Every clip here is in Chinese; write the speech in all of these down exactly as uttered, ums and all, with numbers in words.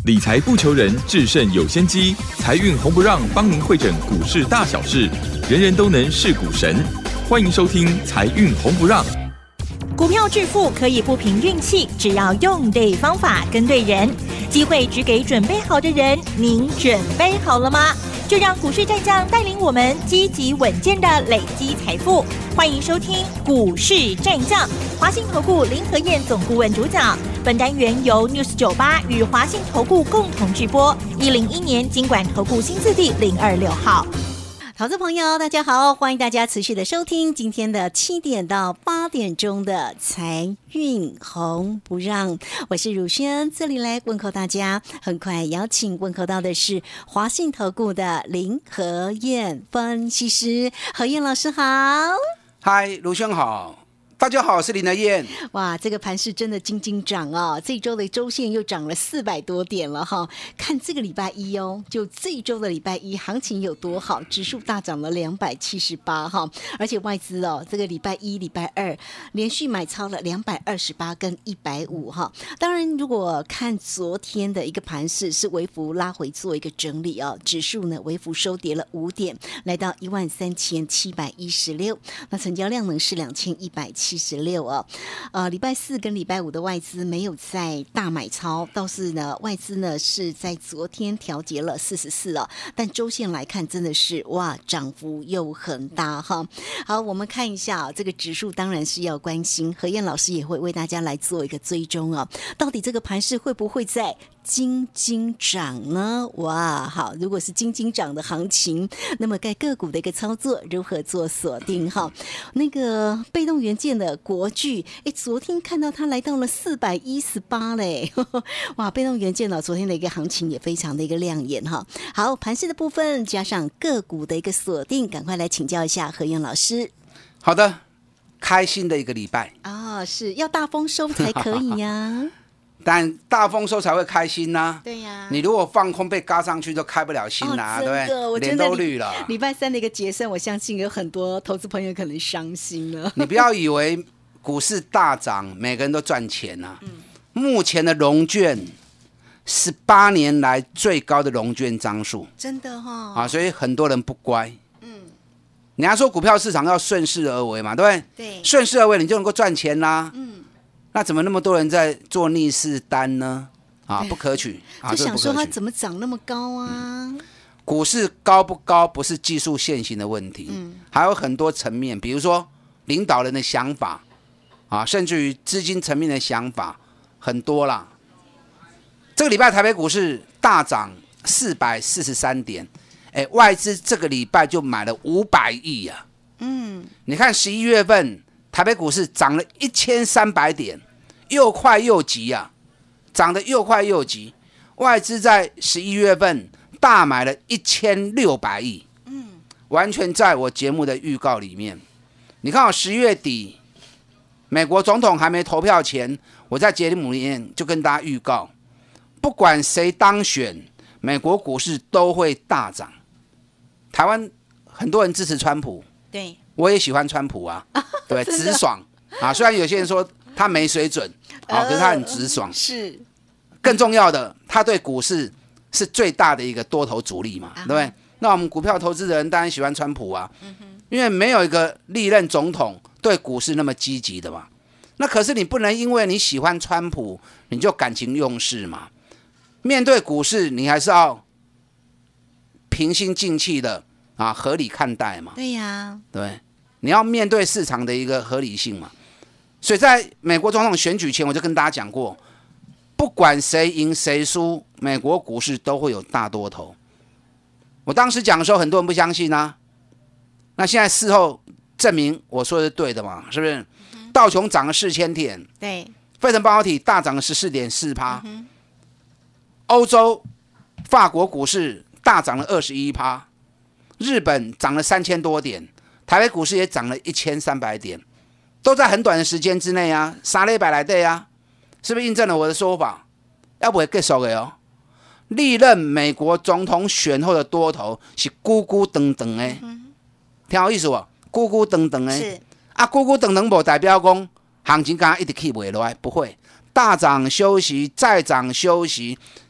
理财不求人，制胜有先机。财运红不让，帮您会诊股市大小事，人人都能是股神。欢迎收听《财运红不让》。 股票致富可以不凭运气，只要用对方法，跟对人。机会只给准备好的人，您准备好了吗？就让股市战将带领我们积极稳健的累积财富。欢迎收听股市战将，华信投顾林和燕总顾问主讲。本单元由 News 九八与华信投顾共同制播。一零一年金管投顾新字第零二六号。投资朋友大家好，欢迎大家持续的收听今天的七点到八点钟的财运红不让，我是汝轩，这里来问候大家。很快邀请问候到的是华信投顾的林和燕分析师，和燕老师好。 嗨，汝轩好。大家好，我是林和燕。 哇，这个盘势真的金金涨哦，这周的周线又涨了四百多点了哈。看这个礼拜一哦，就这一周的礼拜一行情有多好，指数大涨了两百七十八哈，而且外资哦，这个礼拜一、礼拜二连续买超了两百二十八跟一百五哈。当然，如果看昨天的一个盘势是微幅拉回做一个整理哦，指数呢微幅收跌了五点，来到一万三千七百一十六，那成交量呢是两千一百七十六哦，呃，礼拜四跟礼拜五的外资没有在大买超，倒是呢，外资呢是在昨天调节了四十四哦，但周线来看真的是哇，涨幅又很大哈。好，我们看一下、哦、这个指数当然是要关心，和燕老师也会为大家来做一个追踪哦，到底这个盘势会不会在金金涨呢？哇，好，如果是金金涨的行情，那么该个股的一个操作如何做锁定哈？那个被动元件的国巨，哎，昨天看到它来到了四百一十八嘞，哇，被动元件呢，昨天的一个行情也非常的一个亮眼哈。好，盘势的部分加上个股的一个锁定，赶快来请教一下和燕老师。 好的，开心的一个礼拜啊、哦，是要大丰收才可以呀、啊。 但大丰收才会开心呐、啊。 对呀、啊， 你如果放空被嘎上去，都开不了心啦、啊哦，对不对？脸都绿了。 礼拜三的一个结算，我相信有很多投资朋友可能伤心了。 你不要以为股市大涨，每个人都赚钱啊。嗯、目前的融券，十八年来最高的融券张数， 真的哈、哦、 啊，所以很多人不乖。嗯，人家说股票市场要顺势而为嘛，对不对？ 对， 顺势而为，你就能够赚钱啦。 嗯。 那怎么那么多人在做逆势单呢？啊，不可取啊！ 就想说它怎么涨那么高啊、 嗯？股市高不高不是技术线型的问题，嗯，还有很多层面，比如说领导人的想法啊，甚至于资金层面的想法很多啦。这个礼拜台北股市大涨四百四十三点，哎，外资这个礼拜就买了五百亿啊！嗯，你看十一月份。台北股市涨了一千三百点，又快又急啊，涨得又快又急。外资在十一月份大买了一千六百亿，嗯，完全在我节目的预告里面。你看，我十月底美国总统还没投票前，我在节目里面就跟大家预告，不管谁当选，美国股市都会大涨。台湾很多人支持川普， 对。 我也喜欢川普啊，对，直爽啊。虽然有些人说他没水准，啊，可是他很直爽。 是， 更重要的，他对股市是最大的一个多头主力嘛，对不对？那我们股票投资人当然喜欢川普啊，因为没有一个历任总统对股市那么积极的嘛。那可是你不能因为你喜欢川普，你就感情用事嘛。面对股市，你还是要平心静气的啊，合理看待嘛。 对呀、啊， 对。你要面对市场的一个合理性嘛，所以在美国总统选举前，我就跟大家讲过，不管谁赢谁输，美国股市都会有大多头。我当时讲的时候，很多人不相信啊，那现在事后证明我说的是对的嘛，是不是？嗯、道琼涨了四千点， 对， 费城半导体大涨了十四点四趴，欧洲法国股市大涨了二十一趴，日本涨了三千多点。台北股市也涨了一千三百点，都在很短的时间之内啊，三礼拜来对啊，是不是印证了我的说法？要不会结束的哦。历任美国总统选后的多头是孤孤等等的，嗯、听好意思不？孤孤等等的， 是啊，孤孤等等不代表讲行情刚刚一直起不下来，不会大涨休息，再涨休息，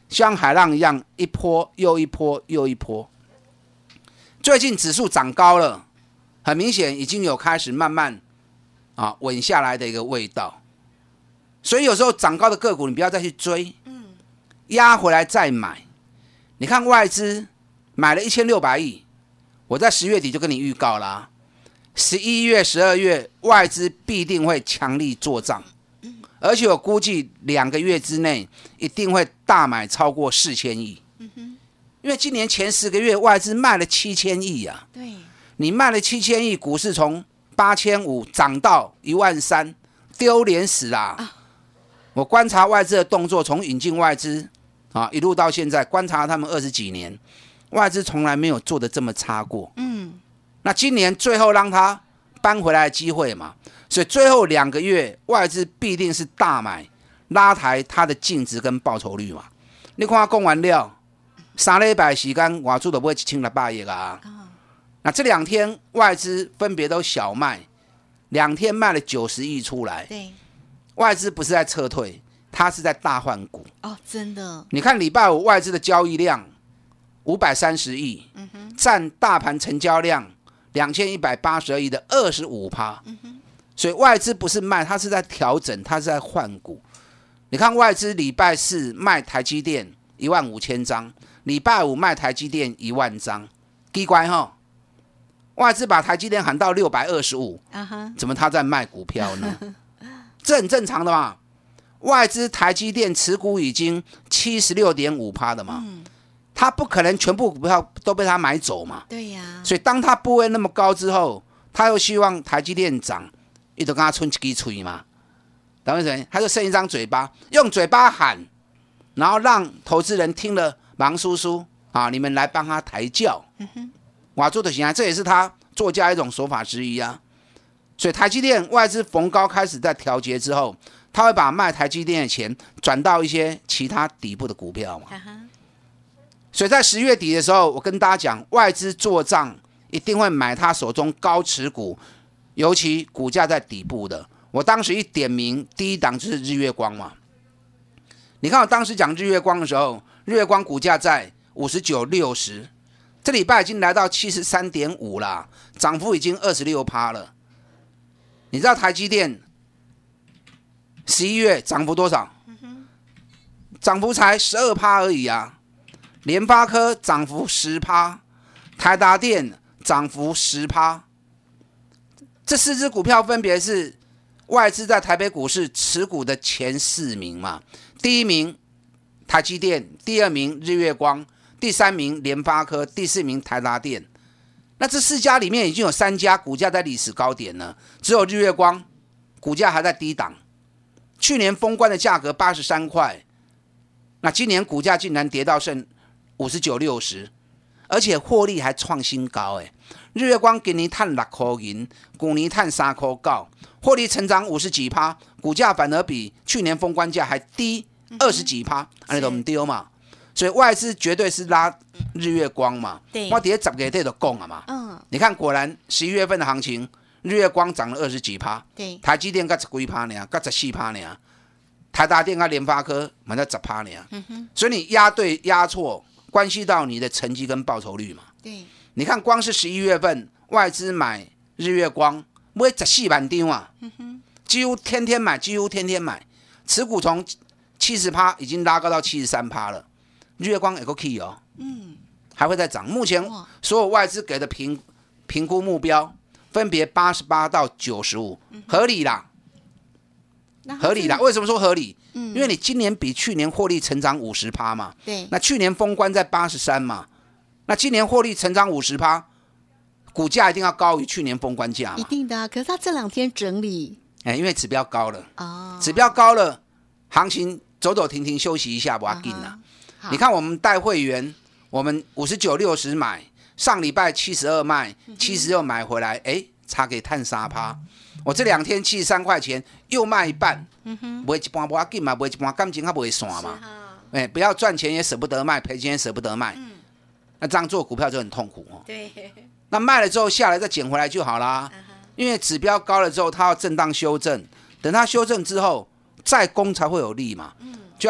像海浪一样一波又一波又一波。最近指数涨高了，很明显已经有开始慢慢啊稳下来的一个味道。所以有时候涨高的个股你不要再去追，压回来再买。你看外资买了一千六百亿，我在十月底就跟你预告啦，十一月、十二月外资必定会强力做账，而且我估计两个月之内一定会大买超过四千亿。因为今年前十个月外资卖了七千亿啊， 对， 你卖了七千亿，股市从八千五涨到一万三，丢脸死啦！啊、我观察外资的动作，从引进外资啊一路到现在，观察他们二十几年，外资从来没有做得这么差过。嗯，那今年最后让他搬回来的机会嘛，所以最后两个月外资必定是大买，拉抬它的净值跟报酬率嘛。你看我讲完了。三礼拜时间，外资都不会一千六百亿啊。Oh. 那这两天外资分别都小卖，两天卖了九十亿出来。对，外资不是在撤退，它是在大换股。 哦， oh, 真的。你看礼拜五外资的交易量五百三十亿，嗯、占大盘成交量两千一百八十二亿的二十五趴。所以外资不是卖，它是在调整，它是在换股。你看外资礼拜四卖台积电一万五千张。礼拜五卖台积电一万张，奇怪哈！外资把台积电喊到六百二十五，怎么他在卖股票呢？这很正常的嘛。外资台积电持股已经七十六点五趴的嘛，嗯、他不可能全部股票都被他买走嘛。 对呀、啊。 所以当他部位那么高之后，他又希望台积电涨，一直跟他吹一支吹嘛，懂我意思？他就剩一张嘴巴，用嘴巴喊，然后让投资人听了。忙叔叔啊，你们来帮他抬轿，我做的行啊，这也是他作价一种手法之一啊。所以台积电外资逢高开始在调节之后，他会把卖台积电的钱转到一些其他底部的股票嘛。所以在十月底的时候，我跟大家讲，外资做账一定会买他手中高持股，尤其股价在底部的。我当时一点名，第一档就是日月光嘛。你看我当时讲日月光的时候。日月光股价在五十九、六十，这礼拜已经来到七十三点五啦，涨幅已经二十六趴了。你知道台积电十一月涨幅多少？涨幅才十二趴而已啊。联发科涨幅十趴，台达电涨幅十趴。这四只股票分别是外资在台北股市持股的前四名嘛，第一名。台积电，第二名日月光，第三名联发科，第四名台达电。那这四家里面已经有三家股价在历史高点了，只有日月光股价还在低档。去年封关的价格八十三块，那今年股价竟然跌到剩五十九、六十，而且获利还创新高哎！日月光今年赚六块银，去年赚三块九，获利成长五十几趴，股价反而比去年封关价还低。二十几趴，安尼都唔丢嘛，所以外资绝对是拉日月光嘛。我底下十个月就讲了嘛。嗯，你看果然十一月份的行情，日月光涨了二十几趴，对，台积电才十几趴呢，才十四趴呢，台达电跟联发科满才十趴呢。嗯哼，所以你压对压错，关系到你的成绩跟报酬率嘛。对，你看光是十一月份外资买日月光买十四万张啊，嗯哼，几乎天天买，几乎天天买，持股从七十趴已经拉高到七十三趴了，日月光也够 key 哦，嗯，还会再涨。目前所有外资给的评评估目标分别八十八到九十五，合理啦，合理啦。为什么说合理？嗯，因为你今年比去年获利成长五十趴嘛，对，那去年封关在八十三嘛，那今年获利成长五十趴，股价一定要高于去年封关价嘛， 一定的啊。可是它这两天整理， 哎、欸，因为指标高了，哦，指标高了。行情走走停停休息一下不要紧啦。你看我们带会员，我们五十九六十买，上礼拜七十二卖，七十六买回来，哎，差给探三趴。我这两天七十三块钱又卖一半，卖一半不要紧嘛，卖一半感情它不会散嘛。哎，不要赚钱也舍不得卖，赔钱也舍不得卖。嗯、那这样做股票就很痛苦哦。对。那卖了之后下来再捡回来就好啦。Uh-huh. 因为指标高了之后，它要震荡修正，等它修正之后。再攻才会有利嘛，就像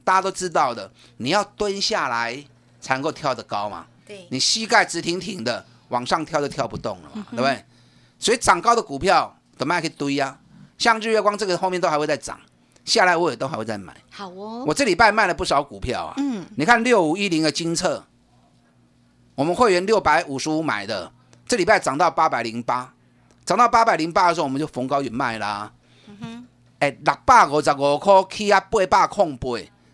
大家都知道的，你要蹲下来才能够跳得高嘛。 对， 你膝盖直挺挺的往上跳就跳不动了嘛，嗯、对不对？所以涨高的股票都卖可以堆啊，像日月光这个后面都还会再涨，下来我也都还会再买。 好哦， 我这礼拜卖了不少股票啊。嗯，你看六五一零的精测，我们会员六百五十五买的，这礼拜涨到八百零八，涨到八百零八的时候，我们就逢高也卖啦。嗯哼，哎，六百五十五块起啊，八百空八，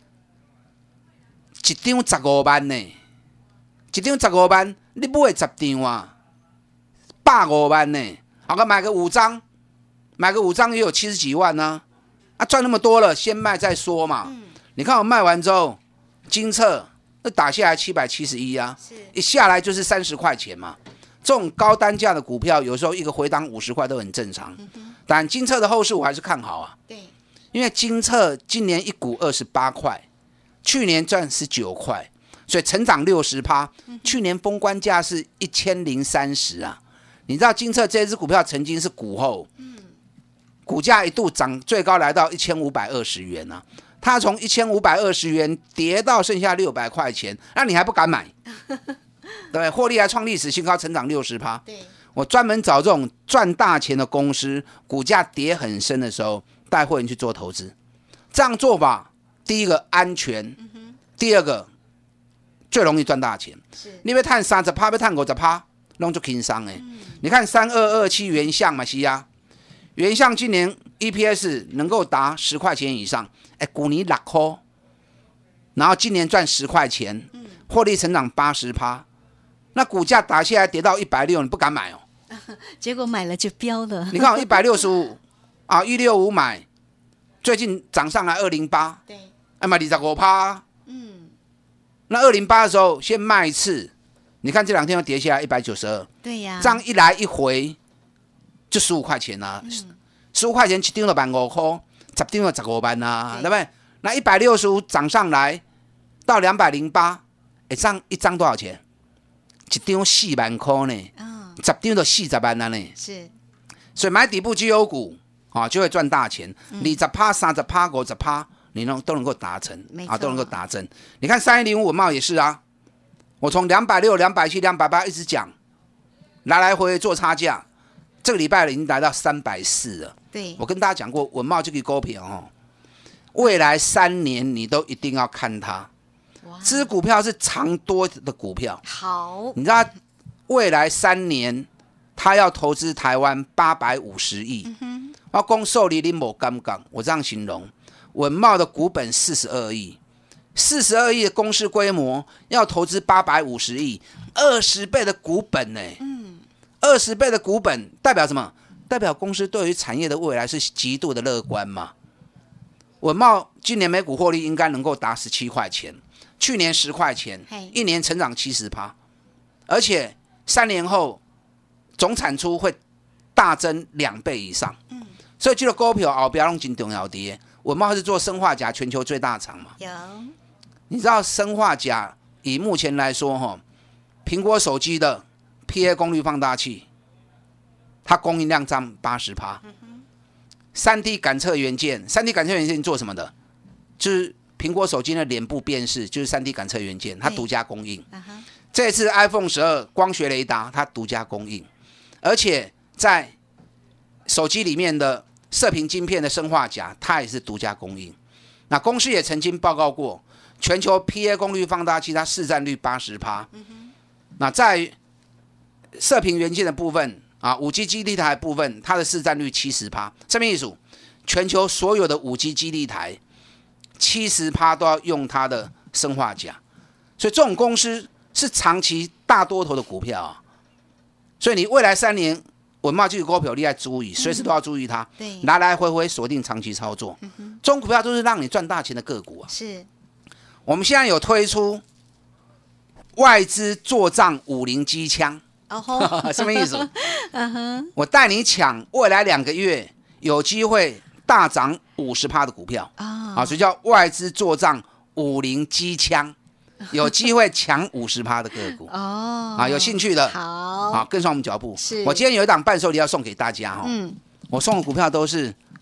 一张十五万呢，一张十五万，你买十张啊，百五万呢，好个买个五张，买个五张也有七十几万呢、啊，啊赚那么多了，先卖再说嘛。嗯、你看我卖完之后，精测那打下来七百七十一啊，一下来就是三十块钱嘛。这种高单价的股票，有时候一个回档五十块都很正常。嗯、但精测的后市我还是看好啊。对，因为精测今年一股二十八块，去年赚十九块，所以成长六十趴。去年封关价是一千零三十啊。你知道精测这支股票曾经是股后，嗯、股价一度涨最高来到一千五百二十元啊。它从一千五百二十元跌到剩下六百块钱，那你还不敢买？对，获利还创历史新高，成长六十趴。对，我专门找这种赚大钱的公司，股价跌很深的时候，带会员去做投资。这样做法，第一个安全，嗯、第二个最容易赚大钱。你要赚三十趴，要赚五十趴，弄就轻松哎。嗯、你看三二二七原相嘛，是啊，原相今年 E P S 能够达十块钱以上，哎，去年六块，然后今年赚十块钱，获利成长八十趴。那股价打下来跌到一百六，你不敢买哦。 结果买了就飙了。 你看我一百六十五啊，一六五买，最近涨上来二零八，对，哎嘛二十五趴。嗯，那二零八的时候先卖一次，你看这两天又跌下来一百九十二。 对呀、啊， 这样一来一回就十五块钱啊，十五、嗯、块钱一张就万五块，十张就十五万啊，对不对？那一百六十五涨上来到两百零八，哎，这样一张多少钱？一张四万块呢，哦、十张就四十万了呢。是，所以买底部绩优股啊，就会赚大钱。二十趴、三十趴、五十趴，你能都能够达成啊，都能够达成。你看三一零五文茂也是啊，我从两百六、两百七、两百八一直讲，来来回回做差价，这个礼拜已经来到三百四了。对，我跟大家讲过，文茂这个股票哦，未来三年你都一定要看它。这支股票是长多的股票，好，你知道未来三年他要投资台湾八百五十亿，嗯、我公受理你某刚刚，我这样形容，文茂的股本四十二亿，四十二亿的公司规模要投资八百五十亿，二十倍的股本呢，嗯，二十倍的股本代表什么？代表公司对于产业的未来是极度的乐观嘛。文茂今年每股获利应该能够达十七块钱。去年十块钱，一年成长七十趴，而且三年后总产出会大增两倍以上。嗯、所以这个股票后边拢真重要的。文茂是做生化钾全球最大厂嘛？有。你知道生化钾以目前来说，哈，苹果手机的 P A 功率放大器，它供应量占八十趴。三 D 感测元件，三 D 感测元件做什么的？就是苹果手机的脸部辨识，就是 三 D 感测元件，它独家供应。Uh-huh. 这次 iPhone 十二光学雷达，它独家供应，而且在手机里面的射频晶片的砷化钾，它也是独家供应。那公司也曾经报告过，全球 P A 功率放大器它市占率 百分之八十。Uh-huh. 那在射频元件的部分啊，五 G 基地台的部分，它的市占率 百分之七十。这边意思，全球所有的五 G 基地台。百分之七十 都要用它的砷化钾，所以这种公司是长期大多头的股票啊。所以你未来三年文茂这个股票你要注意，随时都要注意它，嗯、来来回回锁定长期操作。嗯、这种股票都是让你赚大钱的个股啊。是，我们现在有推出外资做账五零机枪，哦、什么意思？uh-huh. 我带你抢未来两个月有机会大涨 百分之五十 的股票。Oh. 啊，所以叫外资做账五零机枪，有机会抢 百分之五十 的个股哦。啊，有兴趣的，好，啊，跟上我们脚步。是，我今天有一档伴手礼要送给大家哈。嗯，我送的股票都是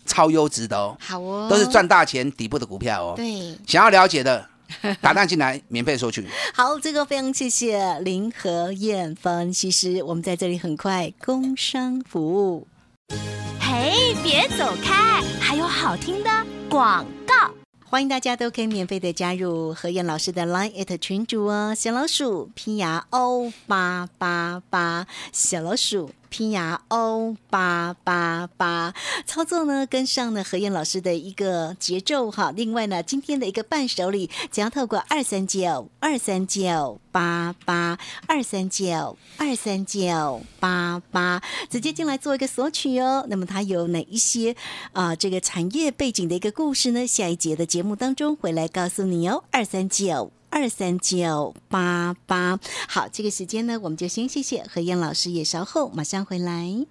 超优质的哦， 好哦， 都是赚大钱底部的股票哦。 对， 想要了解的，打单进来免费索取。 好，这个非常谢谢林和燕分析师，我们在这里很快工商服务。 嘿，别走开，还有好听的广告。 欢迎大家都可以免费的加入何燕老师的 Line 群组哦，小老鼠P R O 八八八，小老鼠P R O 八八八，操作呢跟上了何燕老师的一个节奏哈。另外呢，今天的一个伴手礼，只要透过二三九二三九八八二三九二三九八八直接进来做一个索取哦。那么它有哪一些啊、呃、这个产业背景的一个故事呢？下一节的节目当中会来告诉你哦。二三九二三九八八，好，这个时间呢，我们就先谢谢何燕老师，也稍后马上回来。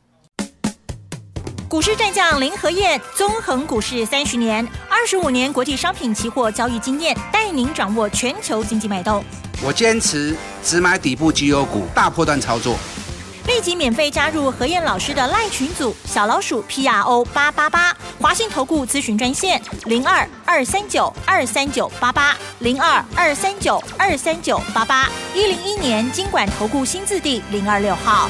股市战将林和燕，纵横股市三十年，二十五年国际商品期货交易经验，带您掌握全球经济脉动。 我坚持只买底部绩优股，大波段操作。 立即免费加入何燕老师的赖群组，小老鼠 P R O 八八八，华信投顾咨询专线零二二三九二三九八八零二二三九二三九八八，一零一年金管投顾新字第零二六号。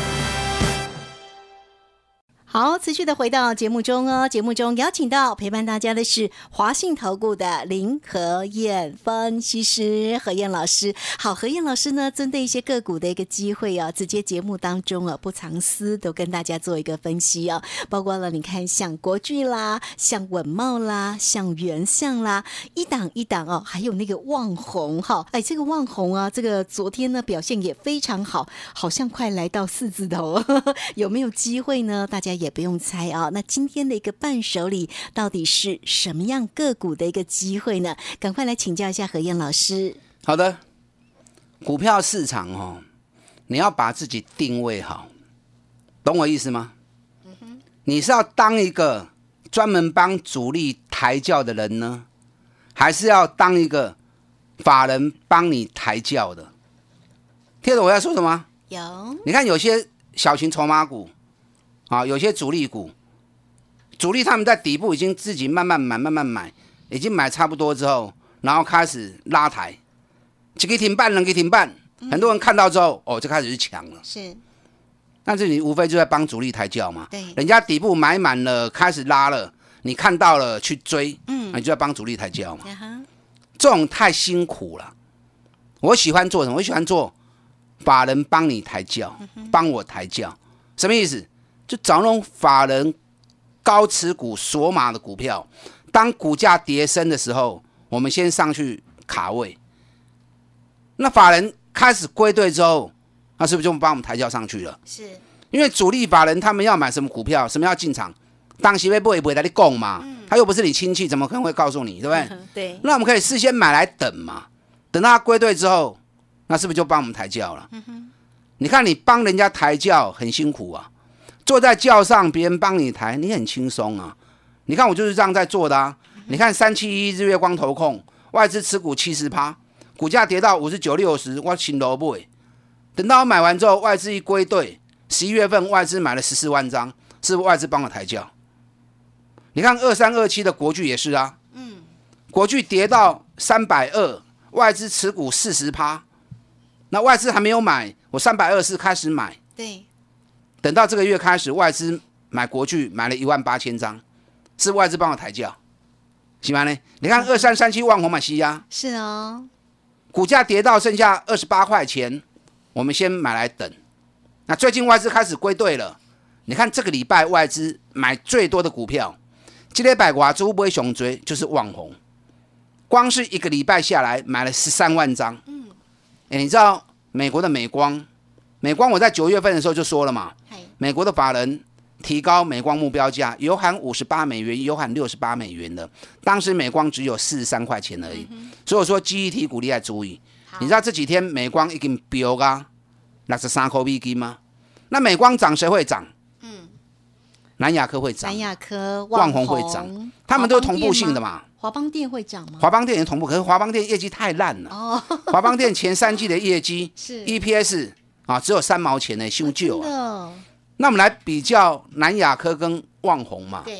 好，持续的回到节目中哦。节目中邀请到陪伴大家的是华信投顾的林和燕分析师何燕老师。好，何燕老师呢，针对一些个股的一个机会啊，直接节目当中啊不藏私，都跟大家做一个分析啊。包括了你看像国巨啦，像稳懋啦，像原相啦，一档一档哦，还有那个旺宏哈，哎，这个旺宏啊，这个昨天呢表现也非常好，好像快来到四字头呵呵，有没有机会呢？大家也不用猜啊、哦。那今天的一个伴手礼到底是什么样个股的一个机会呢？赶快来请教一下何燕老师。 好的，股票市场哦，你要把自己定位好，懂我意思吗？嗯、你是要当一个专门帮主力抬轿的人呢，还是要当一个法人帮你抬轿的？听懂我要说什么？ 有， 你看有些小型筹码股啊，有些主力股，主力他们在底部已经自己慢慢买，慢慢买，已经买差不多之后，然后开始拉抬，一个停半，两个停半，很多人看到之后，哦，就开始去抢了。 是， 但是你无非就在帮主力抬轿嘛。 对， 人家底部买满了，开始拉了，你看到了去追，嗯，你就在帮主力抬轿嘛。 嗯、 这种太辛苦了。我喜欢做什么？我喜欢做法人帮你抬轿，帮我抬轿，什么意思？就找那种法人高持股锁码的股票，当股价跌升的时候，我们先上去卡位。那法人开始归队之后，那是不是就帮我们抬轿上去了？ 是， 因为主力法人他们要买什么股票，什么要进场，当时会不会不会来你讲嘛、嗯？他又不是你亲戚，怎么可能会告诉你，对不对？ 嗯、对。 那我们可以事先买来等嘛，等到他归队之后，那是不是就帮我们抬轿了？嗯、你看你帮人家抬轿很辛苦啊。坐在轿上，别人帮你抬，你很轻松啊！你看我就是这样在做的啊！你看三七一日月光投控，外资持股七十趴，股价跌到五十九六十，我心都不会。等到我买完之后，外资一归队，十一月份外资买了十四万张，是不是外资帮我抬轿？你看二三二七的国巨也是啊，嗯，国巨跌到三百二，外资持股四十趴，那外资还没有买，我三百二是开始买， 对。 等到这个月开始，外资买国巨买了一万八千张，是外资帮我抬轿，行吗呢？你看二三三七万宏买西亚， 是哦， 股价跌到剩下二十八块钱，我们先买来等。那最近外资开始归队了，你看这个礼拜外资买最多的股票，这礼拜外资不会熊追，就是旺宏，光是一个礼拜下来买了十三万张。嗯，哎，你知道美国的美光？美光我在九月份的时候就说了嘛，美国的法人提高美光目标价，有喊五十八美元，有喊六十八美元的，当时美光只有四十三块钱而已，嗯、所以我说记忆体股你要注意。你知道这几天美光已经飙啊六十三块美金吗？那美光涨谁会涨？嗯，南亚科会涨， 南亚科、 旺宏会涨，他们都是同步性的嘛。 华邦电会涨吗？ 华邦电也同步，可是华邦电业绩太烂了。哦，华邦电前三季的业绩是 E P S。啊，只有三毛钱呢，修旧啊。那我们来比较南亚科跟旺宏嘛。对，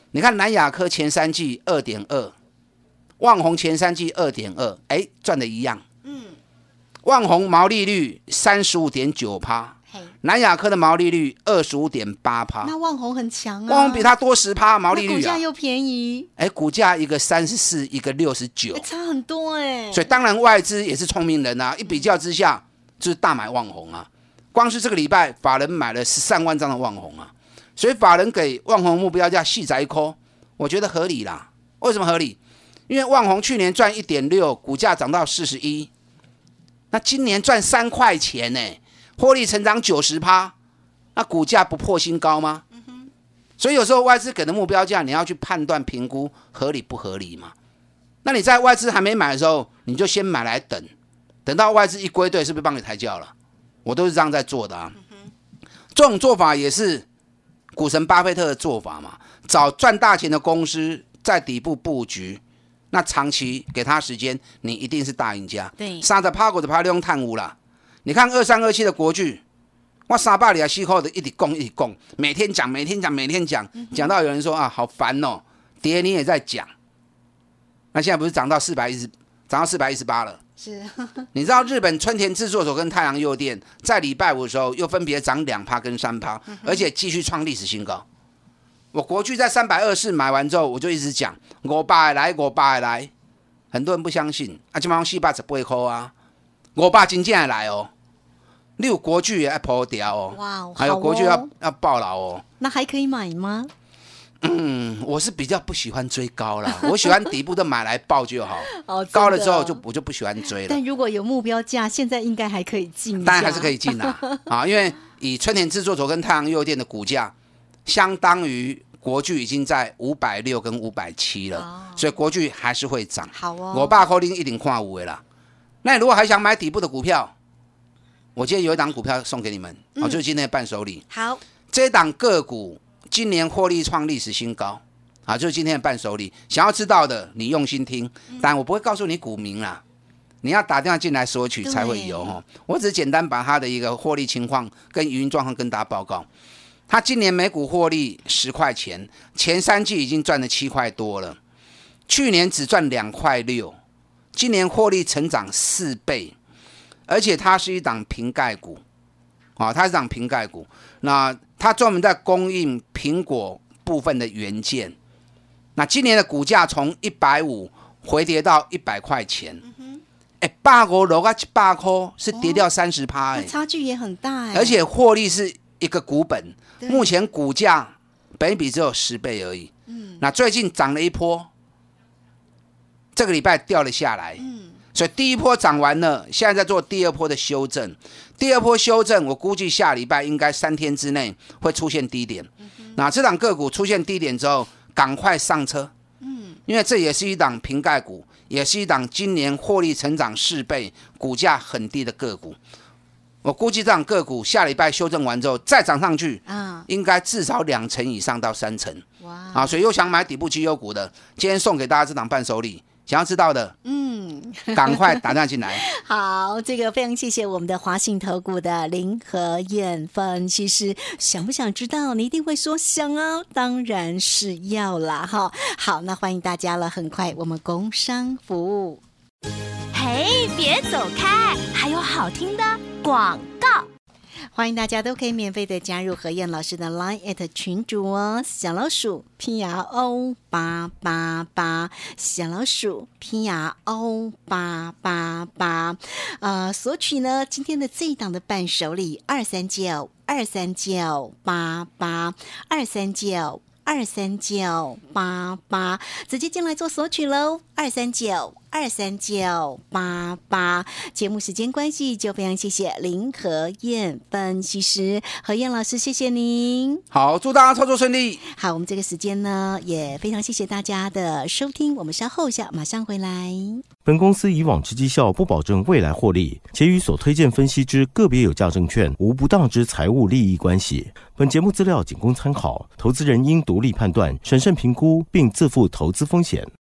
你看南亚科前三季 二点二， 旺宏前三季 二点二， 哎，赚的一样。嗯，旺宏毛利率 百分之三十五点九， 南亚科的毛利率 二十五点八。 那旺宏很强啊， 旺宏比它多 百分之十 毛利率啊， 股价又便宜。 哎，股价一个三十四，一个六十九， 差很多哎。 所以当然外资也是聪明人啊，一比较之下就是大买旺宏啊。光是这个礼拜法人买了十三万张的旺宏啊，所以法人给旺宏目标价四十一块，我觉得合理啦。为什么合理？因为旺宏去年赚 一点六， 股价涨到四十一，那今年赚三块钱呢，获利成长 百分之九十， 那股价不破新高吗？嗯、所以有时候外资给的目标价你要去判断评估合理不合理嘛。那你在外资还没买的时候，你就先买来等，等到外资一归队，是不是帮你抬轿了？我都是这样在做的啊。嗯、这种做法也是股神巴菲特的做法嘛，找赚大钱的公司在底部布局，那长期给他时间，你一定是大赢家。 对， 三十趴股的趴利用探污啦。你看二三二七的国巨，我三百里啊四块的一直供一直供，每天讲每天讲每天讲，讲到有人说啊好烦哦，跌你也在讲。那现在不是涨到四百一十，涨到四百一十八了。 是， 你知道日本春田制作所跟太阳诱电在礼拜五的时候又分别涨两趴跟三趴，而且继续创历史新高。我国巨在三百二十四买完之后，我就一直讲五百来五百来，很多人不相信啊，今晚四百十八块啊，五百真正来哦。你有国巨也要破掉哦， 哇哦， 还有国巨要、 哦、 要爆牢哦。 那还可以买吗？ 嗯，我是比较不喜欢追高啦，我喜欢底部的买来爆就好。 哦， 高了之后就我就不喜欢追了。 但如果有目标价，现在应该还可以进。 当然还是可以进啦，啊，因为以春田制作所跟太阳诱电的股价，相当于国巨已经在五百六跟五百七了、哦，所以国巨还是会涨。 好哦， 我爸扣零一定看五的啦。那你如果还想买底部的股票，我今天有一档股票送给你们，嗯、哦，就是今天的伴手礼。 好， 这一档个股今年获利创历史新高，啊，就是今天的伴手礼。想要知道的，你用心听，但我不会告诉你股名啦，你要打电话进来索取才会有哈。我只是简单把它的一个获利情况跟营运状况跟大家报告。它今年每股获利十块钱，前三季已经赚了七块多了，去年只赚两块六，今年获利成长四倍，而且它是一档瓶盖股，啊，它是一档瓶盖股。那它专门在供应苹果部分的元件。那今年的股价从一百五十回跌到一百块钱，哎、嗯，百五落到一百块是跌掉三十趴，哎， 差距也很大哎， 而且获利是一个股本，目前股价本益比只有十倍而已。嗯，那最近涨了一波，这个礼拜掉了下来。嗯，所以第一波涨完了，现在在做第二波的修正。第二波修正，我估计下礼拜应该三天之内会出现低点。嗯、那这档个股出现低点之后，赶快上车。嗯，因为这也是一档瓶盖股，也是一档今年获利成长四倍、股价很低的个股。我估计这档个股下礼拜修正完之后再涨上去，啊，应该至少两成以上到三成。哇！啊，所以又想买底部绩优股的，今天送给大家这档伴手礼。想要知道的，嗯，赶快打电话进来。 好，这个非常谢谢我们的华信投顾的林和燕分析师。想不想知道？你一定会说想啊，当然是要啦哈。好，那欢迎大家了。很快我们工商服务。 嘿，别走开，还有好听的广告。 欢迎大家都可以免费的加入何燕老师的 Line at 群组哦，小老鼠 P R O 八八八，小老鼠 P R O 八八八，呃，索取呢今天的这一档的伴手礼二三九二三九八八二三九二三九八八，直接进来做索取喽，二三九二三九八八。节目时间关系，就非常谢谢林和燕分析师何燕老师，谢谢您。 好，祝大家操作顺利。 好，我们这个时间呢，也非常谢谢大家的收听，我们稍后一下马上回来。 本公司以往之绩效不保证未来获利，且与所推荐分析之个别有价证券无不当之财务利益关系。本节目资料仅供参考，投资人应独立判断、审慎评估，并自负投资风险。